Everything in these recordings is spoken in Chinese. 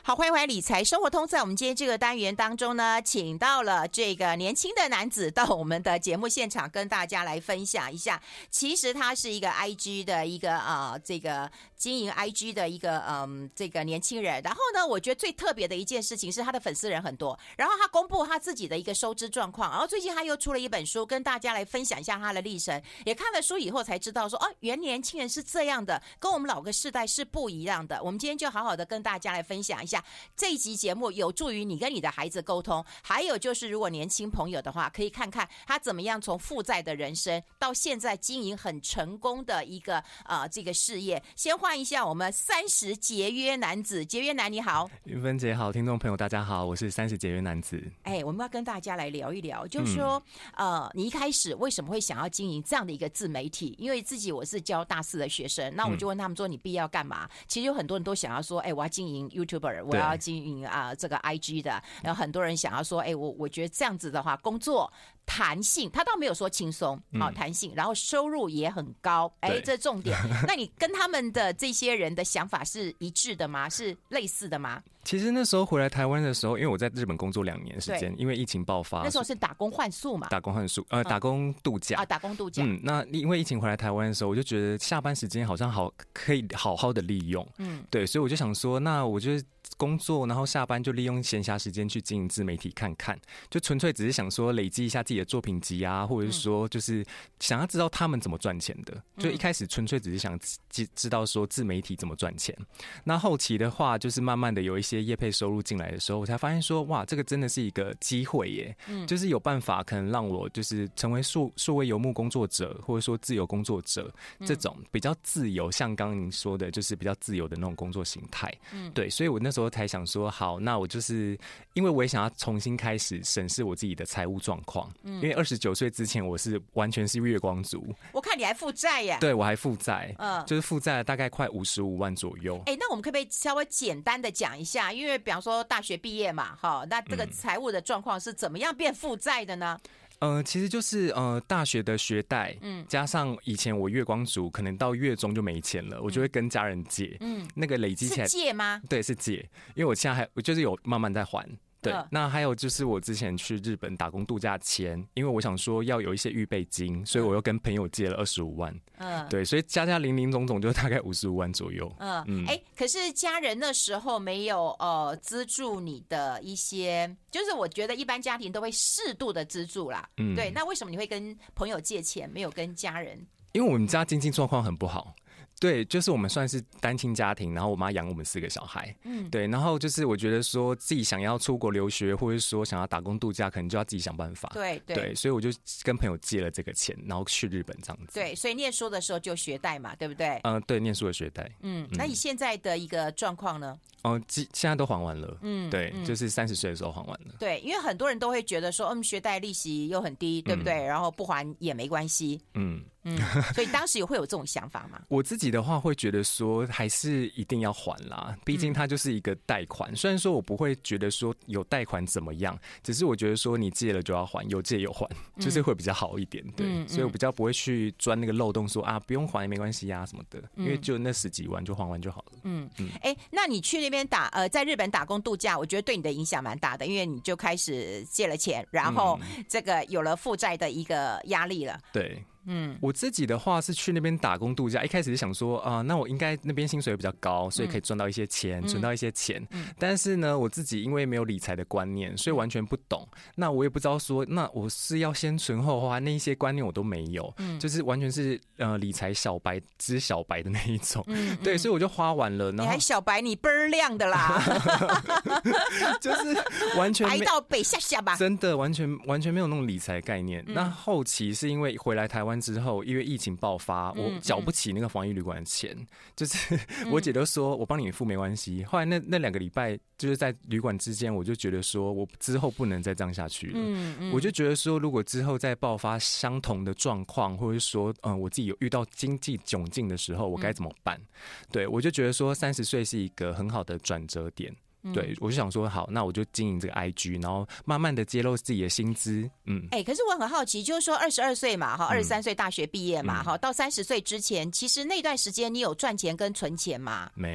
好，欢迎回来理财生活通。在我们今天这个单元当中呢，请到了这个年轻的男子到我们的节目现场，跟大家来分享一下。其实他是一个 IG 的一个这个经营 IG 的一个这个年轻人。然后呢，我觉得最特别的一件事情是他的粉丝人很多。然后他公布他自己的一个收支状况。然后最近他又出了一本书，跟大家来分享一下他的历程。也看了书以后才知道说，哦，原来年轻人是这样的，跟我们老个世代是不一样的。我们今天就好好的跟大家来分享一下。这一集节目有助于你跟你的孩子沟通，还有就是如果年轻朋友的话，可以看看他怎么样从负债的人生到现在经营很成功的一个这个事业。先换一下我们30节约男子，节约男你好。 云芬姐好，听众朋友大家好，我是30节约男子。 我们要跟大家来聊一聊，就是说你一开始为什么会想要经营这样的一个自媒体？因为自己我是教大4的学生，那我就问他们说你毕业要干嘛？其实有很多人都想要说我要经营 YouTuber， 我要经营这个 IG 的，然后很多人想要说我觉得这样子的话工作弹性，他倒没有说轻松弹性，然后收入也很高，这重点。那你跟他们的这些人的想法是一致的吗？是类似的吗？ 其实那时候回来台湾的时候，因为我在日本工作2年时间，因为疫情爆发， 那时候是打工换宿嘛？ 打工换宿，打工度假打工度假。 那因为疫情回来台湾的时候，我就觉得下班时间好像可以好好的利用，对，所以我就想说，那我就工作，然后下班就利用闲暇时间去经营自媒体看看，就纯粹只是想说累积一下自己的作品集啊，或者是说就是想要知道他们怎么赚钱的。就一开始纯粹只是想知道说自媒体怎么赚钱。那后期的话，就是慢慢的有一些业配收入进来的时候，我才发现说，哇，这个真的是一个机会耶！就是有办法可能让我就是成为数位游牧工作者，或者说自由工作者，这种比较自由，像刚刚您说的，就是比较自由的那种工作形态。对，所以我那时候才想说，好，那我就是因为我也想要重新开始审视我自己的财务状况，因为29岁之前我是完全是月光族。 我看你还负债耶。 对，我还负债，就是负债大概快55万左右。 那我们可不可以稍微简单的讲一下？因为比方说大学毕业嘛，那这个财务的状况是怎么样变负债的呢？ 其实就是大学的学贷，加上以前我月光族，可能到月中就没钱了，我就会跟家人借，那个累积起来是借吗？ 对，是借，因为我现在我就是有慢慢在还。对，那还有就是我之前去日本打工度假前，因为我想说要有一些预备金，所以我又跟朋友借了25万。对，所以加零零总总就大概55万左右。 可是家人那时候没有资助你的一些，就是我觉得一般家庭都会适度的资助啦。对，那为什么你会跟朋友借钱，没有跟家人？ 因为我们家经济状况很不好。对，就是我们算是单亲家庭，然后我妈养我们4个小孩，对，然后就是我觉得说自己想要出国留学，或者说想要打工度假，可能就要自己想办法，对，所以我就跟朋友借了这个钱，然后去日本这样子。 对，所以念书的时候就学贷嘛，对不对？ 对，念书的学贷。 那你现在的一个状况呢？ 现在都还完了，对，就是30岁的时候还完了。 对，因为很多人都会觉得说，学贷利息又很低，对不对？然后不还也没关系，所以当时会有这种想法吗？ 我自己的话会觉得说，还是一定要还啦，毕竟它就是一个贷款。虽然说我不会觉得说有贷款怎么样，只是我觉得说你借了就要还，有借有还，就是会比较好一点。对，所以我比较不会去钻那个漏洞说不用还也没关系啊什么的，因为就那10几万就还完就好了。 那你去那边在日本打工度假，我觉得对你的影响蛮大的，因为你就开始借了钱，然后这个有了负债的一个压力了。 对。我自己的话是去那边打工度假，一开始是想说那我应该那边薪水比较高，所以可以赚到一些钱，存到一些钱。但是呢，我自己因为没有理财的观念，所以完全不懂。那我也不知道说，那我是要先存后花，那一些观念我都没有，就是完全是理财小白之小白的那一种。对，所以我就花完了。然后你还小白，你倍儿亮的啦， 就是完全白到北下吧， 真的完全没有那种理财概念。那后期是因为回来台湾之后，因为疫情爆发，我缴不起那个防疫旅馆的钱，就是我姐都说我帮你付没关系。后来那2个礼拜，就是在旅馆之间，我就觉得说我之后不能再这样下去了。我就觉得说，如果之后再爆发相同的状况，或者说我自己有遇到经济窘境的时候，我该怎么办？对，我就觉得说30岁是一个很好的转折点。对，我就想说好，那我就经营这个 IG， 然后慢慢的揭露自己的薪资。 可是我很好奇，就是说22岁嘛，23岁大学毕业嘛，到30岁之前，其实那段时间你有赚钱跟存钱吗？ 没有。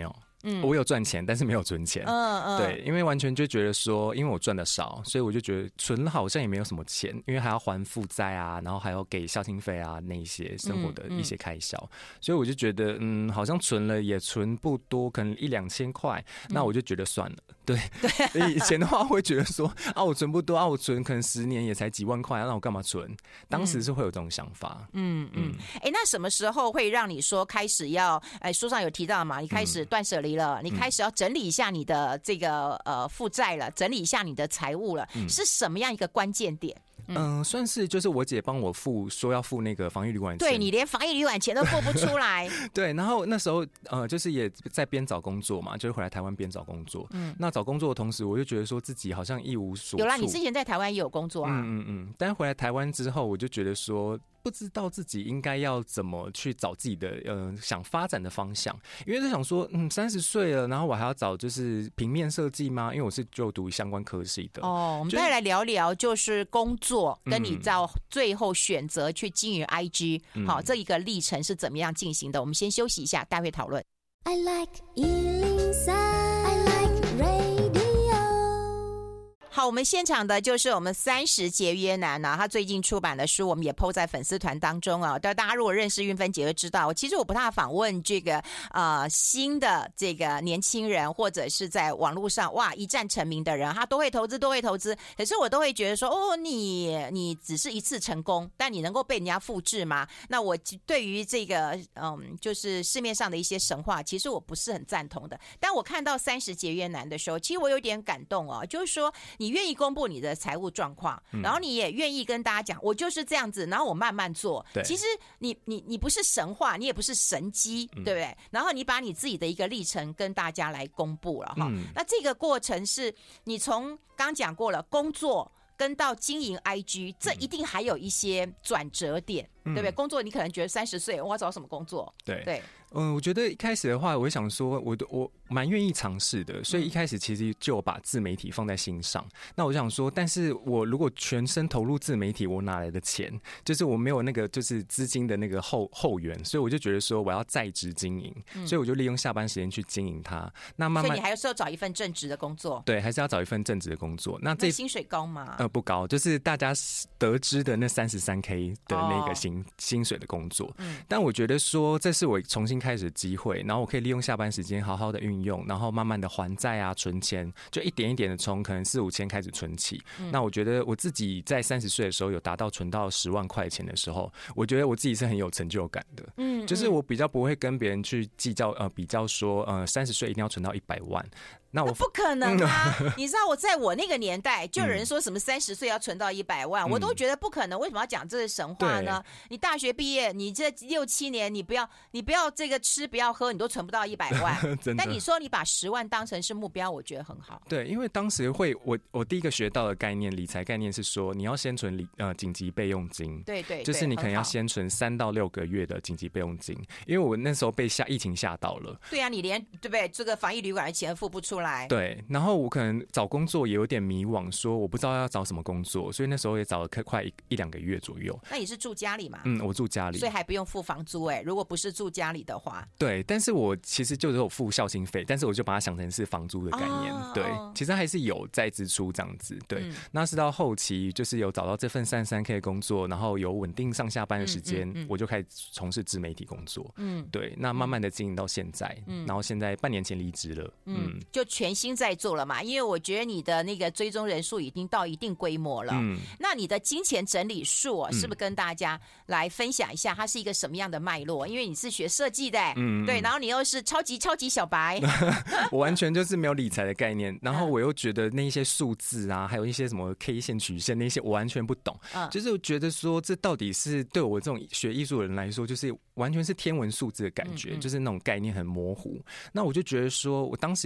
我有赚钱，但是没有存钱。对，因为完全就觉得说，因为我赚的少，所以我就觉得存了好像也没有什么钱，因为还要还负债啊，然后还要给孝亲费啊，那一些生活的一些开销，所以我就觉得，好像存了也存不多，可能1-2千块，那我就觉得算了。对，以前的话会觉得说啊，我存不多啊，我存可能10年也才几万块，那我干嘛存？当时是会有这种想法。 那什么时候会让你说开始要？书上有提到嘛，你开始断舍离了，你开始要整理一下你的这个负债了，整理一下你的财务了，是什么样一个关键点？ 算是就是我姐帮我说要付那个防疫旅馆钱， 对，你连防疫旅馆钱都付不出来。 对，然后那时候就是也在边找工作嘛，就是回来台湾边找工作。那找工作的同时，我就觉得说自己好像一无所处。 有啦，你之前在台湾也有工作啊。 但回来台湾之后，我就觉得说，不知道自己应该要怎么去找自己的想发展的方向，因为就想说，30岁了，然后我还要找就是平面设计吗？因为我是就读相关科系的。 我们再来聊聊就是工作跟你到最后选择去经营 IG，好，这一个历程是怎么样进行的？我们先休息一下，待会讨论。I like 103, I like radio。好，我们现场的就是我们30节约男啊，他最近出版的书，我们也 po 在粉丝团当中啊。大家如果认识韵芬姐就知道，其实我不太访问这个新的这个年轻人，或者是在网络上哇一战成名的人，他都会投资，可是我都会觉得说，你只是一次成功，但你能够被人家复制吗？那我对于这个就是市面上的一些神话，其实我不是很赞同的。但我看到30节约男的时候，其实我有点感动哦，就是说你愿意公布你的财务状况，然后你也愿意跟大家讲，我就是这样子，然后我慢慢做。其实你不是神话，你也不是神机，对不对？然后你把你自己的一个历程跟大家来公布了哈。那这个过程是你从刚讲过了工作跟到经营 IG， 这一定还有一些转折点，对不对？工作你可能觉得30岁我要找什么工作？对。 我觉得一开始的话，我会想说，我蛮愿意尝试的，所以一开始其实就把自媒体放在心上。那我想说，但是我如果全身投入自媒体，我哪来的钱？就是我没有那个就是资金的那个后援，所以我就觉得说我要在职经营，所以我就利用下班时间去经营它。那慢慢， 所以你还是要找一份正职的工作， 对，还是要找一份正职的工作。那薪水高吗？ 不高，就是大家得知的那33K 的那个薪水的工作。但我觉得说这是我重新开始的机会，然后我可以利用下班时间好好的运用，然后慢慢的还债啊，存钱，就一点一点的从可能4-5千开始存起。那我觉得我自己在30岁的时候有达到存到10万块钱的时候，我觉得我自己是很有成就感的。就是我比较不会跟别人去计较比较说30岁一定要存到100万。那不可能啊！你知道在我那个年代，就有人说什么30岁要存到100万，我都觉得不可能。为什么要讲这个神话呢？你大学毕业，你这6-7年，你不要这个吃，不要喝，你都存不到100万。但你说你把10万当成是目标，我觉得很好。 对，因为当时我第一个学到的概念，理财概念是说，你要先存紧急备用金。 对， 就是你可能要先存3到6个月的紧急备用金，因为我那时候被疫情吓到了。 对啊，你连对不对？这个防疫旅馆的钱付不出来。 对，然后我可能找工作也有点迷惘，说我不知道要找什么工作，所以那时候也找了快1-2个月左右。 那你是住家里吗？ 我住家里， 所以还不用付房租如果不是住家里的话。 对，但是我其实就有付孝心费，但是我就把它想成是房租的概念。对，其实还是有在支出这样子。对，那是到后期就是有找到这份33K 的工作，然后有稳定上下班的时间，我就开始从事自媒体工作。对，那慢慢的经营到现在，然后现在半年前离职了。 就全心在做了嘛，因为我觉得你的那个追踪人数已经到一定规模了。那你的金钱整理术是不是跟大家来分享一下，它是一个什么样的脉络？因为你是学设计的，对，然后你又是超级小白， 我完全就是没有理财的概念，然后我又觉得那些数字啊，还有一些什么 K 线曲线那些，我完全不懂。就是我觉得说，这到底是对我这种学艺术的人来说，就是完全是天文数字的感觉，就是那种概念很模糊。那我就觉得说，我当时有看到一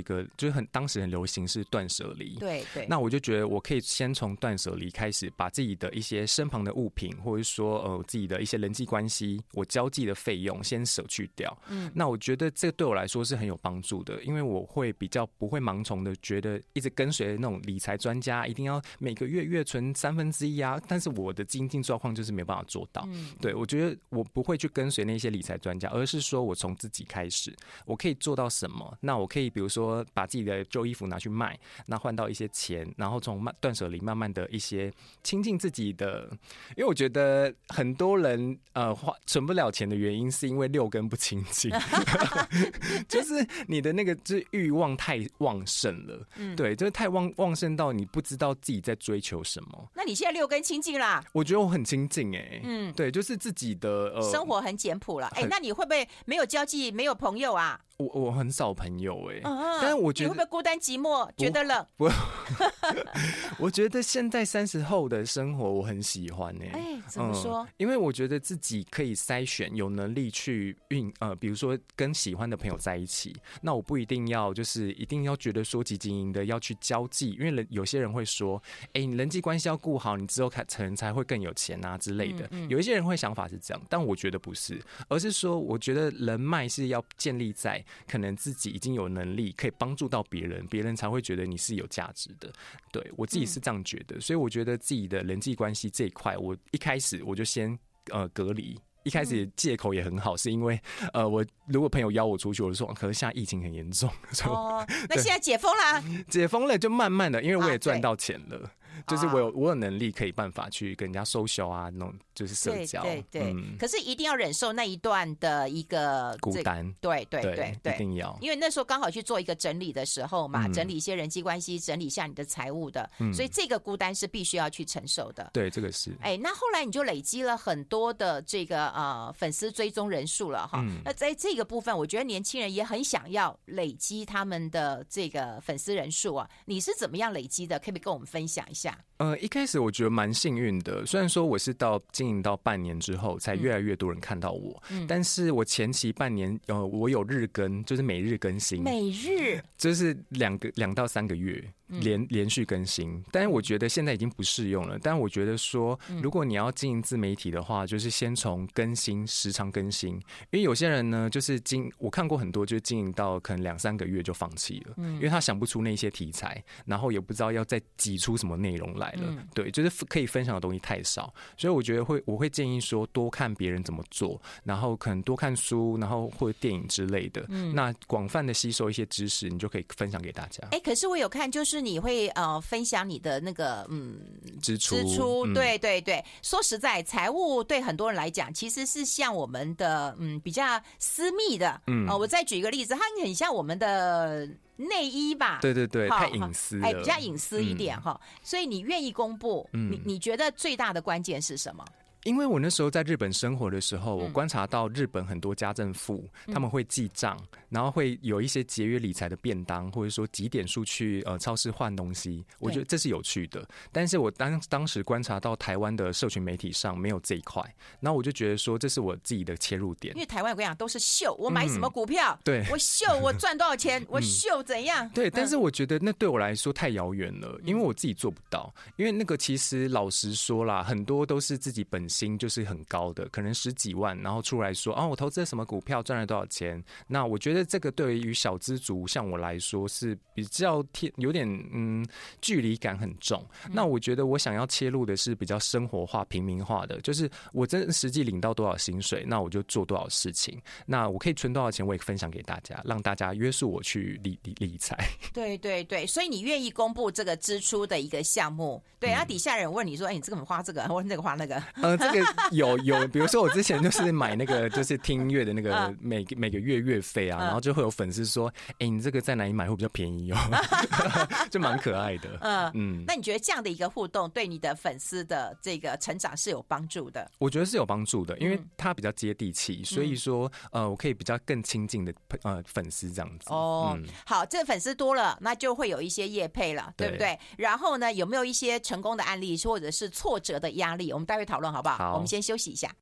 个就是当时很流行是断舍离， 对对。 那我就觉得我可以先从断舍离开始，把自己的一些身旁的物品，或者说自己的一些人际关系，我交际的费用先舍去掉。那我觉得这对我来说是很有帮助的，因为我会比较不会盲从的觉得一直跟随那种理财专家，一定要每个月月存1/3啊，但是我的经济状况就是没有办法做到。对，我觉得我不会去跟随那些理财专家，而是说我从自己开始，我可以做到什么？那我可以比如说把自己的旧衣服拿去卖，那换到一些钱，然后从断舍离慢慢的一些亲近自己的，因为我觉得很多人存不了钱的原因是因为六根不清净，就是你的那个就是欲望太旺盛了，对，就是太旺盛到你不知道自己在追求什么。 那你现在六根清净啦？ 我觉得我很清净对，就是自己的生活很简朴了。那你会不会没有交际，没有朋友啊？ 我很少朋友但是我觉得你会不会孤单寂寞，觉得冷？ 不，我觉得现在30后的生活我很喜欢怎么说？ 因为我觉得自己可以筛选，有能力去比如说跟喜欢的朋友在一起，那我不一定要就是一定要觉得说汲汲营营的要去交际，因为有些人会说，你人际关系要顾好，你之后可能才会更有钱啊之类的。有一些人会想法是这样，但我觉得不是，而是说我觉得人脉是要建立在可能自己已经有能力可以帮助到别人，别人才会觉得你是有价值的。对，我自己是这样觉得，所以我觉得自己的人际关系这一块，我一开始我就先隔离。一开始借口也很好，是因为我如果朋友邀我出去，我就说可是现在疫情很严重那现在解封啦， 解封了就慢慢的，因为我也赚到钱了。就是我有能力可以办法去跟人家social啊，那种就是社交， 对，可是一定要忍受那一段的一个孤单， 对， 一定要， 因为那时候刚好去做一个整理的时候嘛，整理一些人际关系，整理一下你的财务的，所以这个孤单是必须要去承受的。 对，这个是。 那后来你就累积了很多的这个粉丝追踪人数了哈。那在这个部分，我觉得年轻人也很想要累积他们的这个粉丝人数啊。你是怎么样累积的？可不可以跟我们分享一下？ 一开始我觉得蛮幸运的，虽然说我是到经营到半年之后才越来越多人看到我，但是我前期半年我有日更，就是每日更新， 每日就是2到3个月连续更新，但是我觉得现在已经不适用了。但我觉得说，如果你要经营自媒体的话，就是先从更新时常更新，因为有些人呢，就是我看过很多，就是经营到可能2-3个月就放弃了，因为他想不出那些题材，然后也不知道要再挤出什么内容来了。对，就是可以分享的东西太少，所以我觉得我会建议说，多看别人怎么做，然后可能多看书，然后或者电影之类的，那广泛的吸收一些知识，你就可以分享给大家。 可是我有看，就是你会分享你的那个支出， 对对对。说实在，财务对很多人来讲，其实是像我们的比较私密的。我再举一个例子，它很像我们的内衣吧？ 对对对，太隐私了， 比较隐私一点哈。所以你愿意公布，你觉得最大的关键是什么？ 因为我那时候在日本生活的时候，我观察到日本很多家政妇他们会记账，然后会有一些节约理财的便当，或者说几点数去超市换东西，我觉得这是有趣的。但是我当时观察到台湾的社群媒体上没有这一块，然后我就觉得说这是我自己的切入点。 因为台湾我跟你讲都是秀，我买什么股票， 对， 我秀我赚多少钱，我秀怎样？ 对，但是我觉得那对我来说太遥远了，因为我自己做不到。因为那个其实老实说啦，很多都是自己本薪就是很高的，可能10几万，然后出来说我投资了什么股票赚了多少钱。那我觉得这个对于小资族像我来说是比较有点距离感很重。那我觉得我想要切入的是比较生活化平民化的，就是我真的实际领到多少薪水，那我就做多少事情，那我可以存多少钱我也分享给大家，让大家约束我去理财。 对对对，所以你愿意公布这个支出的一个项目。对，然后底下人问你说你这个花这个或者那个花那个这个有，比如说我之前就是买那个就是听音乐的那个每个月费啊，然后就会有粉丝说你这个在哪里买会比较便宜就蛮可爱的。 那你觉得这样的一个互动对你的粉丝的这个成长是有帮助的？ 我觉得是有帮助的，因为它比较接地气，所以说我可以比较更亲近的粉丝这样子。 好，这个粉丝多了，那就会有一些业配了，对不对？然后呢，有没有一些成功的案例或者是挫折的压力？我们待会讨论好不好？ 好， 我们先休息一下。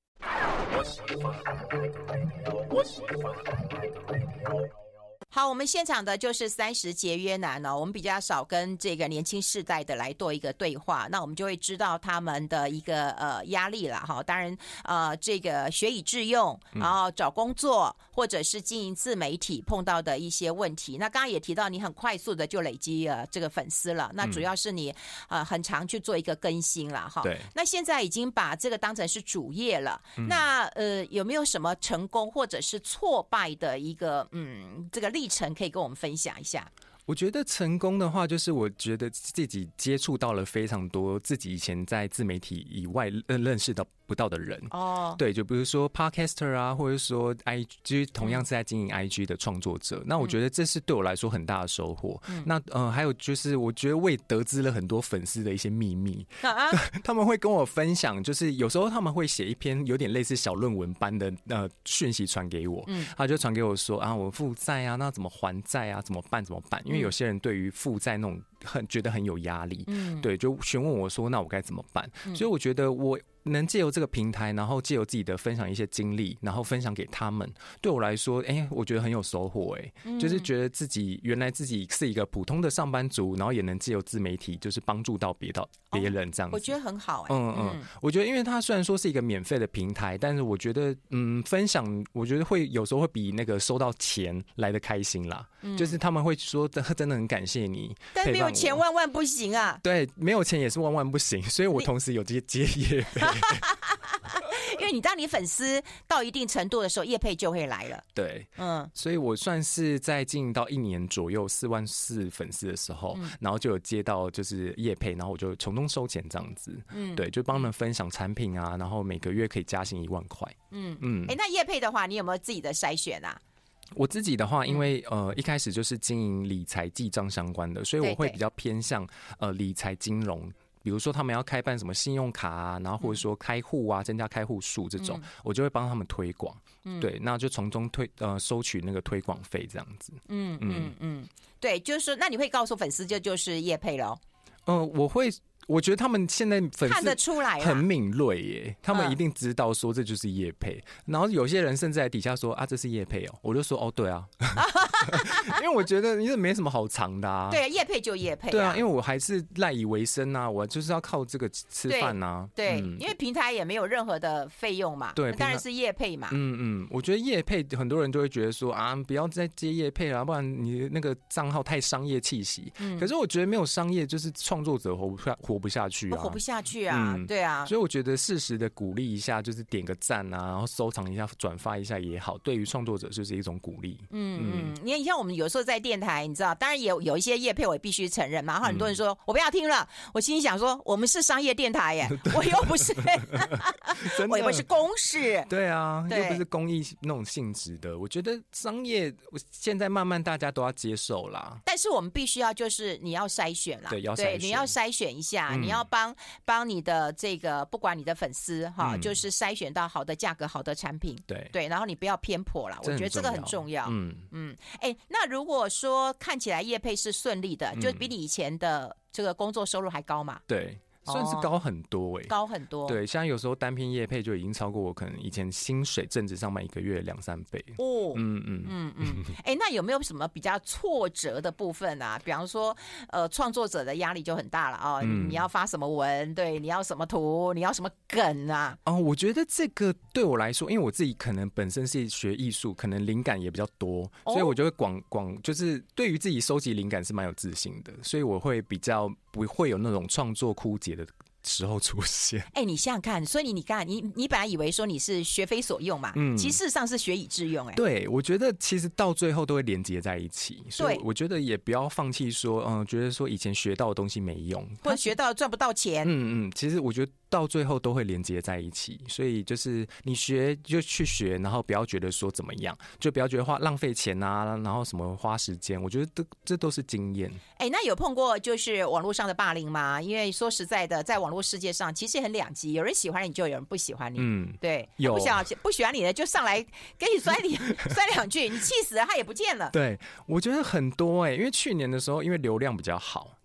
好，我们现场的就是30节约男哦，我们比较少跟这个年轻世代的来做一个对话，那我们就会知道他们的一个压力啦哈。当然这个学以致用，然后找工作或者是经营自媒体碰到的一些问题。那刚刚也提到你很快速的就累积这个粉丝了，那主要是你很常去做一个更新啦哈。 对。 那现在已经把这个当成是主业了，那有没有什么成功或者是挫败的一个这个历程可以跟我们分享一下？ 我觉得成功的话，就是我觉得自己接触到了非常多自己以前在自媒体以外认识到不到的人哦，对，就比如说 podcaster 啊，或者说 IG， 就是同样是在经营 IG 的创作者，那我觉得这是对我来说很大的收获。那还有就是我觉得我也得知了很多粉丝的一些秘密，他们会跟我分享，就是有时候他们会写一篇有点类似小论文般的讯息传给我，他就传给我说啊，我负债啊，那怎么还债啊，怎么办？因为有些人对于负债那种觉得很有压力，对，就询问我说，那我该怎么办？所以我觉得我能借由这个平台，然后借由自己的分享一些经历，然后分享给他们，对我来说，我觉得很有收获，就是觉得原来自己是一个普通的上班族，然后也能借由自媒体，就是帮助到别人这样子， 我觉得很好， 我觉得因为它虽然说是一个免费的平台，但是我觉得分享，我觉得有时候会比那个收到钱来的开心啦，就是他们会说真的很感谢你， 但没有钱万万不行啊， 对，没有钱也是万万不行，所以我同时有接业配。 因为当你粉丝到一定程度的时候，业配就会来了。对， 所以我算是在经营到1年左右4万4粉丝的时候，然后就有接到就是业配，然后我就从中收钱这样子。对，就帮他们分享产品啊，然后每个月可以加薪1万块。 那业配的话，你有没有自己的筛选啊？ 我自己的话，因为一开始就是经营理财记账相关的，所以我会比较偏向理财金融。比如说他们要开办什么信用卡啊，然后或者说开户啊，增加开户数这种，我就会帮他们推广。对，那就从中收取那个推广费这样子。 对，就是说，那你会告诉粉丝这就是业配咯？ 我觉得他们现在粉丝看得出来很敏锐耶，他们一定知道说这就是业配，然后有些人甚至在底下说啊这是业配哦，我就说哦对啊，因为我觉得你这没什么好藏的啊， 对啊，业配就业配， 对啊，因为我还是赖以为生啊，我就是要靠这个吃饭啊， 对，因为平台也没有任何的费用嘛，对，当然是业配嘛， 我觉得业配很多人就会觉得说啊不要再接业配了，不然你那个账号太商业气息，可是我觉得没有商业就是创作者活不下去啊， 活不下去啊，对啊， 所以我觉得适时的鼓励一下，就是点个赞啊，然后收藏一下、转发一下也好，对于创作者就是一种鼓励。 你像我们有时候在电台，你知道，当然也有一些业配，我也必须承认嘛。然后很多人说我不要听了，我心里想说，我们是商业电台耶，我又不是，我又不是公事， 对啊，又不是公益那种性质的。我觉得商业现在慢慢大家都要接受啦， 但是我们必须要就是你要筛选啦， 对，要筛选， 你要筛选一下，你要帮你的这个不管你的粉丝哈，就是筛选到好的价格、好的产品，对，然后你不要偏颇啦，我觉得这个很重要。那如果说看起来业配是顺利的，就比你以前的这个工作收入还高嘛？ 对。算是高很多高很多。 对，现在有时候单篇业配就已经超过我可能以前薪水正职上班1个月2-3倍哦。 那有没有什么比较挫折的部分啊？比方说，创作者的压力就很大了哦。你要发什么文？对，你要什么图？你要什么梗啊？ 我觉得这个对我来说，因为我自己可能本身是学艺术，可能灵感也比较多，所以我就会就是对于自己收集灵感是蛮有自信的，所以我会比较不会有那种创作枯竭的时候出现。 你想想看，所以你看，你本来以为说你是学非所用嘛，其实事实上是学以致用。 对，我觉得其实到最后都会连结在一起，所以我觉得也不要放弃说，觉得说以前学到的东西没用， 或者学到赚不到钱。 其实我觉得到最后都会连接在一起，所以就是你学就去学，然后不要觉得说怎么样，就不要觉得浪费钱啊，然后什么花时间，我觉得这都是经验。 那有碰过就是网络上的霸凌吗？因为说实在的，在网络世界上其实也很两极，有人喜欢你就有人不喜欢你。对，有不喜欢你的就上来给你摔2句，你气死了他也不见了。 对，我觉得很多因为去年的时候因为流量比较好，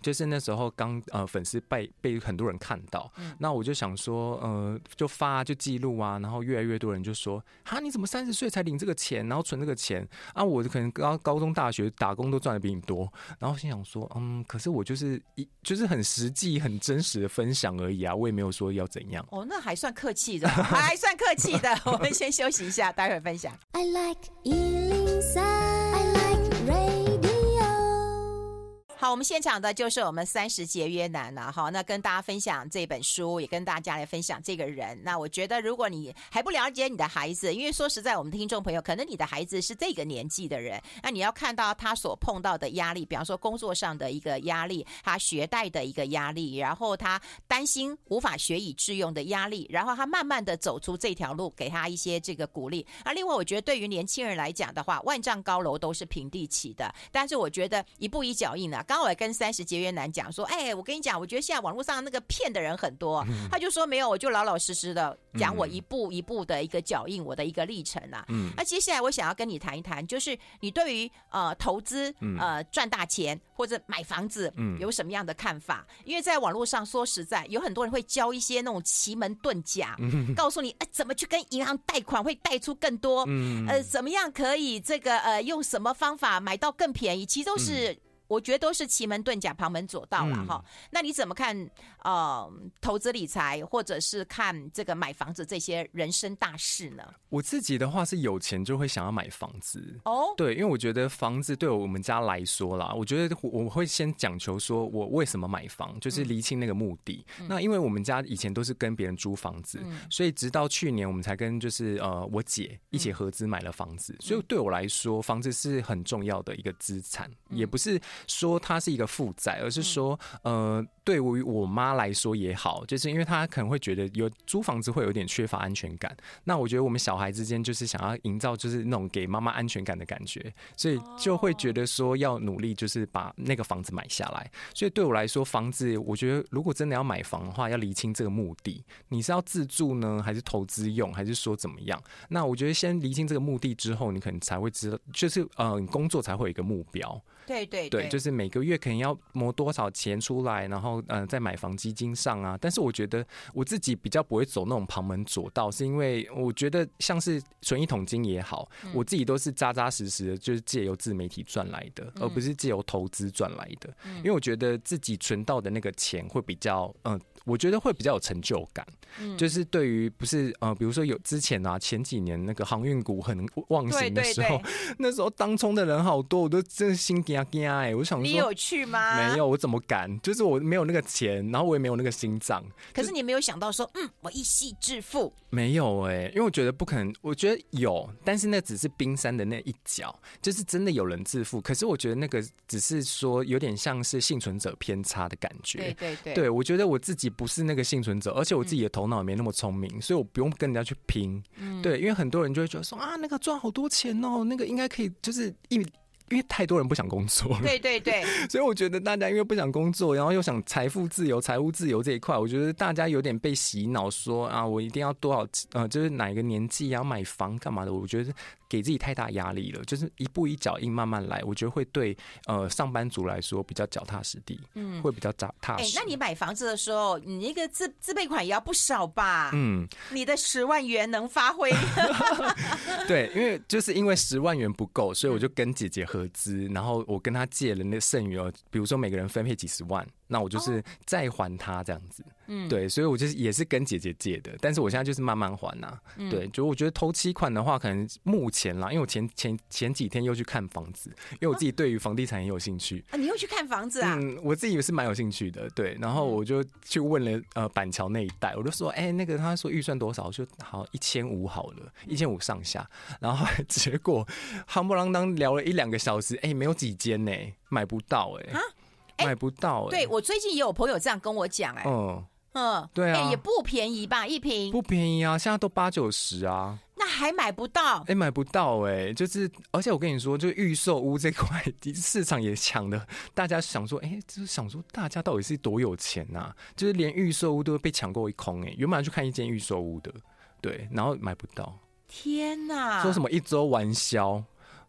就是那时候刚粉丝被很多人看到，那我就想说就发就记录啊，然后越来越多人就说哈你怎么30岁才领这个钱，然后存这个钱啊，我可能高中大学打工都赚的比你多，然后心想说可是我就是很实际很真实的分享而已啊，我也没有说要怎样。 那还算客气的，还算客气的。我们先休息一下，待会儿分享。I like 103, I like radio。好，我们现场的就是我们30节约男了哈，那跟大家分享这本书，也跟大家来分享这个人。那我觉得，如果你还不了解你的孩子，因为说实在，我们听众朋友，可能你的孩子是这个年纪的人，那你要看到他所碰到的压力，比方说工作上的一个压力，他学贷的一个压力，然后他担心无法学以致用的压力，然后他慢慢的走出这条路，给他一些这个鼓励。另外，我觉得对于年轻人来讲的话，万丈高楼都是平地起的，但是我觉得一步一脚印啊。刚刚我也跟30节约男讲说，我跟你讲，我觉得现在网络上那个骗的人很多，他就说没有，我就老老实实的讲我一步一步的一个脚印，我的一个历程啊。那接下来我想要跟你谈一谈，就是你对于投资赚大钱或者买房子有什么样的看法？因为在网络上说实在，有很多人会教一些那种奇门遁甲，告诉你怎么去跟银行贷款会贷出更多，怎么样可以这个用什么方法买到更便宜，其实都是。我觉得都是奇门遁甲旁门左道了哈。那你怎么看投资理财或者是看这个买房子这些人生大事呢？ 我自己的话是有钱就会想要买房子对，因为我觉得房子对我们家来说啦，我觉得我会先讲求说我为什么买房，就是厘清那个目的。那因为我们家以前都是跟别人租房子，所以直到去年我们才跟就是我姐一起合资买了房子，所以对我来说房子是很重要的一个资产，也不是说它是一个负债，而是说对于我妈来说也好，就是因为她可能会觉得有租房子会有点缺乏安全感，那我觉得我们小孩之间就是想要营造就是那种给妈妈安全感的感觉，所以就会觉得说要努力就是把那个房子买下来。所以对我来说房子，我觉得如果真的要买房的话，要厘清这个目的，你是要自住呢还是投资用，还是说怎么样。那我觉得先厘清这个目的之后，你可能才会知道，就是你工作才会有一个目标。 对， 就是每个月可能要挪多少钱出来，然后在买房基金上啊。但是我觉得我自己比较不会走那种旁门左道，是因为我觉得像是存一桶金也好，我自己都是扎扎实实的，就是借由自媒体赚来的，而不是借由投资赚来的。因为我觉得自己存到的那个钱会比较我觉得会比较有成就感。就是对于不是比如说有之前啊前几年那个航运股很旺盛的时候，那时候当冲的人好多，我都真的心惊惊我想说你有去吗？ 没有，我怎么敢？就是我没有那个钱，然后我也没有那个心脏。 可是你没有想到说我一夕致富？ 没有因为我觉得不可能，我觉得有，但是那只是冰山的那一角，就是真的有人致富。可是我觉得那个只是说有点像是幸存者偏差的感觉。对，我觉得我自己不是那个幸存者，而且我自己的头脑也没那么聪明，所以我不用跟人家去拼。对，因为很多人就会觉得说那个赚好多钱哦，那个应该可以，就是因为太多人不想工作了， 对， 所以我觉得大家因为不想工作，然后又想财富自由、财务自由这一块，我觉得大家有点被洗脑说我一定要多少就是哪一个年纪要买房干嘛的，我觉得给自己太大压力了，就是一步一脚印慢慢来，我觉得会对上班族来说比较脚踏实地，会比较踏实。 那你买房子的时候，你那个自备款也要不少吧？你的10万元能发挥？ 对，因为10万元不够，所以我就跟姐姐合资，然后我跟她借了那个剩余比如说每个人分配几十万，那我就是再还她这样子。对，所以我就是也是跟姐姐借的，但是我现在就是慢慢还对，就我觉得头期款的话，可能目前啦，因为我前几天又去看房子，因为我自己对于房地产也有兴趣。 你又去看房子啊？ 我自己也是蛮有兴趣的。对，然后我就去问了板桥那一带，我就说，那个他说预算多少，我说好1500好了，1500上下，然后结果夯不啷当聊了1-2个小时，没有几间呢，买不到买不到对，我最近也有朋友这样跟我讲对啊， 也不便宜吧，一瓶不便宜啊，现在都80-90啊， 那还买不到？ 买不到就是而且我跟你说，就预售屋这块市场也抢的，大家想说，就是想说大家到底是多有钱啊？就是连预售屋都被抢购一空原本要去看一间预售屋的，对，然后买不到。 天哪！ 说什么1周完销？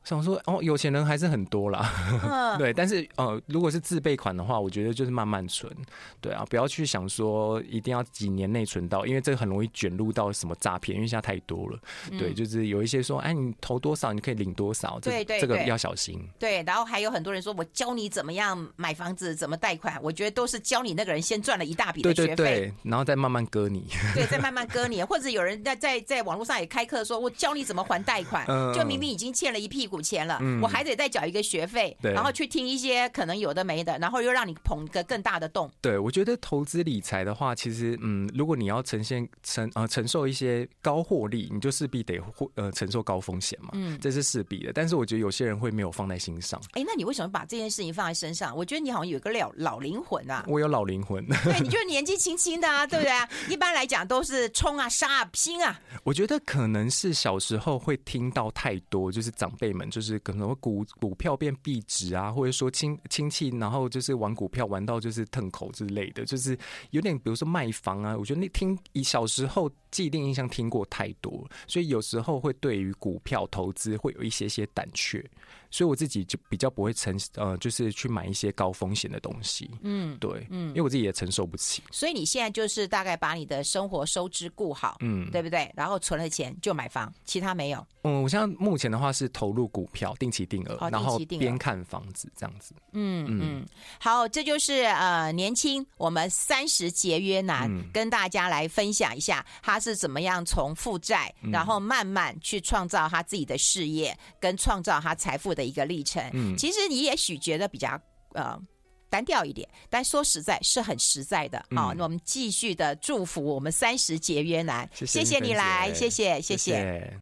想说有钱人还是很多啦，对，但是如果是自备款的话，我觉得就是慢慢存，对啊，不要去想说一定要几年内存到，因为这个很容易卷入到什么诈骗，因为现在太多了，对，就是有一些说，哎，你投多少你可以领多少， 对， 这个要小心。 对，然后还有很多人说我教你怎么样买房子，怎么贷款，我觉得都是教你那个人先赚了一大笔的学费， 对，然后再慢慢割你， 对，再慢慢割你，或者有人在网络上也开课说，我教你怎么还贷款，就明明已经欠了一屁股钱了，我还得再缴一个学费，然后去听一些可能有的没的，然后又让你捧个更大的洞。 对，我觉得投资理财的话，其实如果你要承受一些高获利，你就势必得承受高风险嘛，这是势必的。但是我觉得有些人会没有放在心上。 那你为什么把这件事情放在身上？我觉得你好像有一个老灵魂啊。 我有老灵魂。 对，你就是年纪轻轻的啊，对不对啊？一般来讲都是冲啊、杀啊、拼啊。 我觉得可能是小时候会听到太多，就是长辈们就是可能会股票变币值啊，或者说亲戚然后就是玩股票玩到就是腾口之类的，就是有点比如说卖房啊，我觉得小时候既定印象听过太多，所以有时候会对于股票投资会有一些胆怯，所以我自己就比较不会就是去买一些高风险的东西。对，因为我自己也承受不起。 所以你现在就是大概把你的生活收支顾好，对不对？然后存了钱就买房，其他没有。 我现在目前的话是投入股票，定期定额，然后边看房子这样子。 好，这就是年轻我们30节约男跟大家来分享一下，他是怎么样从负债，然后慢慢去创造他自己的事业，跟创造他财富的一个历程。其实你也许觉得比较单调一点，但说实在是很实在的。那我们继续的祝福我们30节约男，谢谢你来，谢谢。